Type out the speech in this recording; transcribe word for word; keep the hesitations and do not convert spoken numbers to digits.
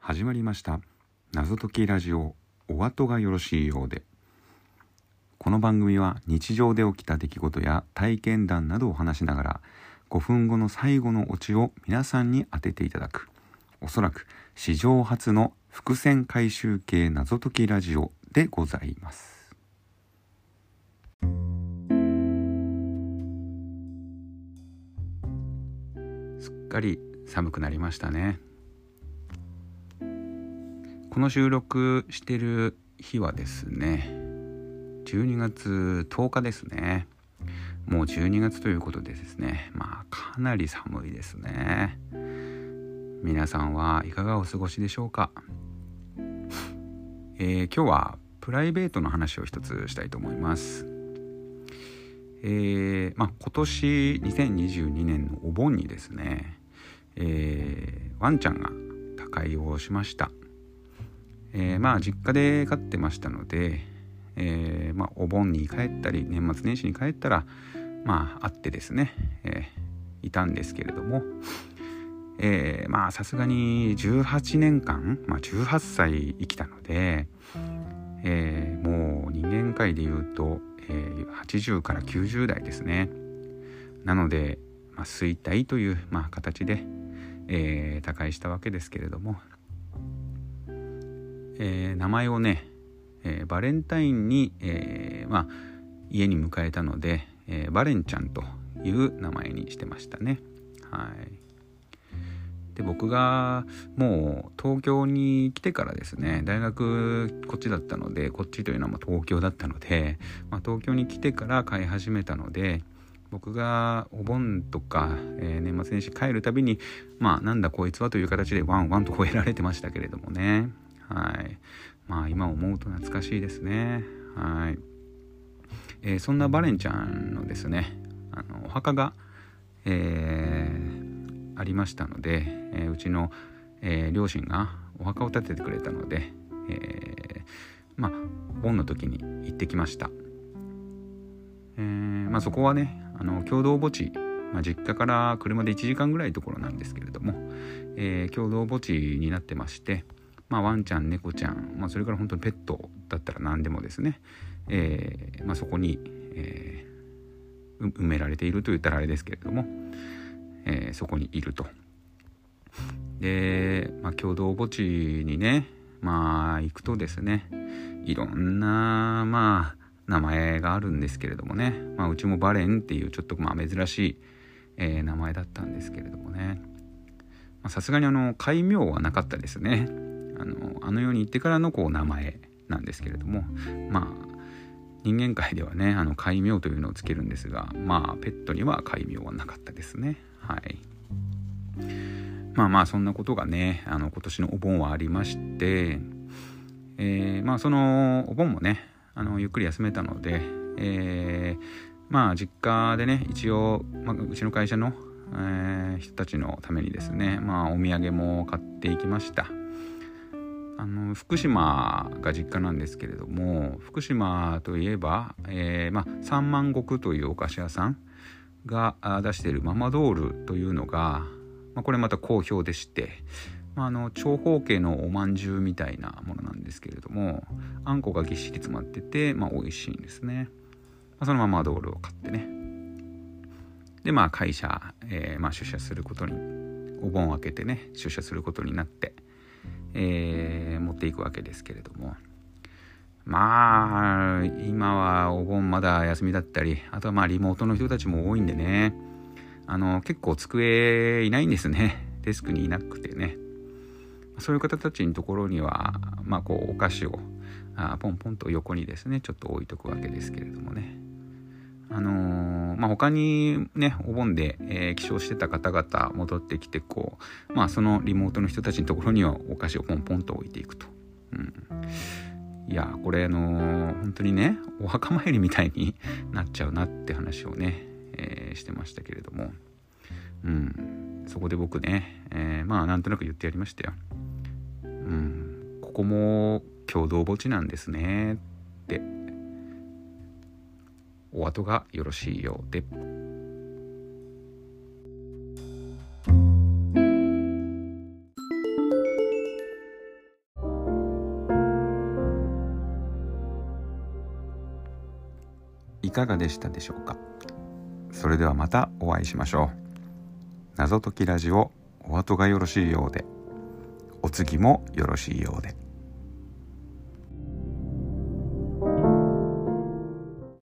始まりました謎解きラジオ、お後がよろしいようで。この番組は日常で起きた出来事や体験談などを話しながら、ごふんごの最後のオチを皆さんに当てていただく、おそらく史上初の伏線回収系謎解きラジオでございます。すっかり寒くなりましたね。この収録してる日はですね、じゅうにがつとおかですね。もうじゅうにがつということでですね、まあかなり寒いですね。皆さんはいかがお過ごしでしょうか。えー、今日はプライベートの話を一つしたいと思います。えーまあ、今年にせんにじゅうにねんのお盆にですね、えー、ワンちゃんが他界をしました。えー、まあ実家で飼ってましたので、えーまあ、お盆に帰ったり年末年始に帰ったらまあ会ってですね、えー、いたんですけれども、えー、まあさすがにじゅうはちねんかん、まあ、じゅうはっさい生きたので、えー、もう人間界でいうと、えー、はちじゅうからきゅうじゅうだいですね。なので、まあ、衰退という、まあ、形で、えー、他界したわけですけれども、えー、名前をね、えー、バレンタインに、えーまあ、家に迎えたので、えー、バレンちゃんという名前にしてましたね。はい。で、僕がもう東京に来てからですね、大学こっちだったので、こっちというのはもう東京だったので、まあ、東京に来てから飼い始めたので、僕がお盆とか、えー、年末年始帰るたびに、まあなんだこいつはという形でワンワンと吠えられてましたけれどもね。はい。まあ今思うと懐かしいですね。はい。えー、そんなバレンちゃんのですね、あのお墓が、えー、ありましたので、えー、うちの、えー、両親がお墓を建ててくれたので、えー、まあ盆の時に行ってきました。えー、まあそこはね、あの共同墓地、まあ、実家から車でいちじかんぐらいのところなんですけれども、えー、共同墓地になってまして、まあ、ワンちゃん猫ちゃん、まあ、それから本当にペットだったら何でもですね、えーまあ、そこに、えー、埋められていると言ったらあれですけれども、えー、そこにいると。で、まあ、共同墓地にね、まあ行くとですね、いろんなまあ名前があるんですけれどもね、まあ、うちもバレンっていうちょっとまあ珍しい、えー、名前だったんですけれどもね、さすがにあの戒名はなかったですね。あのあの世に行ってからのこう名前なんですけれども、まあ人間界ではね、あの戒名というのをつけるんですが、まあペットには戒名はなかったですね。はい。まあまあそんなことがね、あの今年のお盆はありまして、えー、まあそのお盆もね、あのゆっくり休めたので、えー、まあ実家でね、一応、まあ、うちの会社の、えー、人たちのためにですね、まあお土産も買っていきました。あの福島が実家なんですけれども、福島といえば、えーまあ、三万石というお菓子屋さんが出しているママドールというのが、まあ、これまた好評でして、まあ、あの長方形のおまんじゅうみたいなものなんですけれども、あんこがぎっしり詰まってて、まあ、美味しいんですね。まあ、そのママドールを買ってね、でまあ会社、えーまあ、出社することに、お盆を明けてね出社することになって、えー、持っていくわけですけれども、まあ今はお盆まだ休みだったり、あとはまあリモートの人たちも多いんでね、あの結構机いないんですね。デスクにいなくてね、そういう方たちのところにはまあこうお菓子をあポンポンと横にですねちょっと置いとくわけですけれどもね、あのー、まあ他にねお盆で、えー、起床してた方々戻ってきて、こうまあそのリモートの人たちのところにはお菓子をポンポンと置いていくと、うん、いやこれあのー、本当にねお墓参りみたいになっちゃうなって話をね、えー、してましたけれども、うん、そこで僕ね、えー、まあなんとなく言ってやりましたよ。うん、ここも共同墓地なんですねって。お後がよろしいようで。 かがでしたでしょうか。それではまたお会いしましょう。謎解きラジオ、お後がよろしいようで、お次もよろしいようで。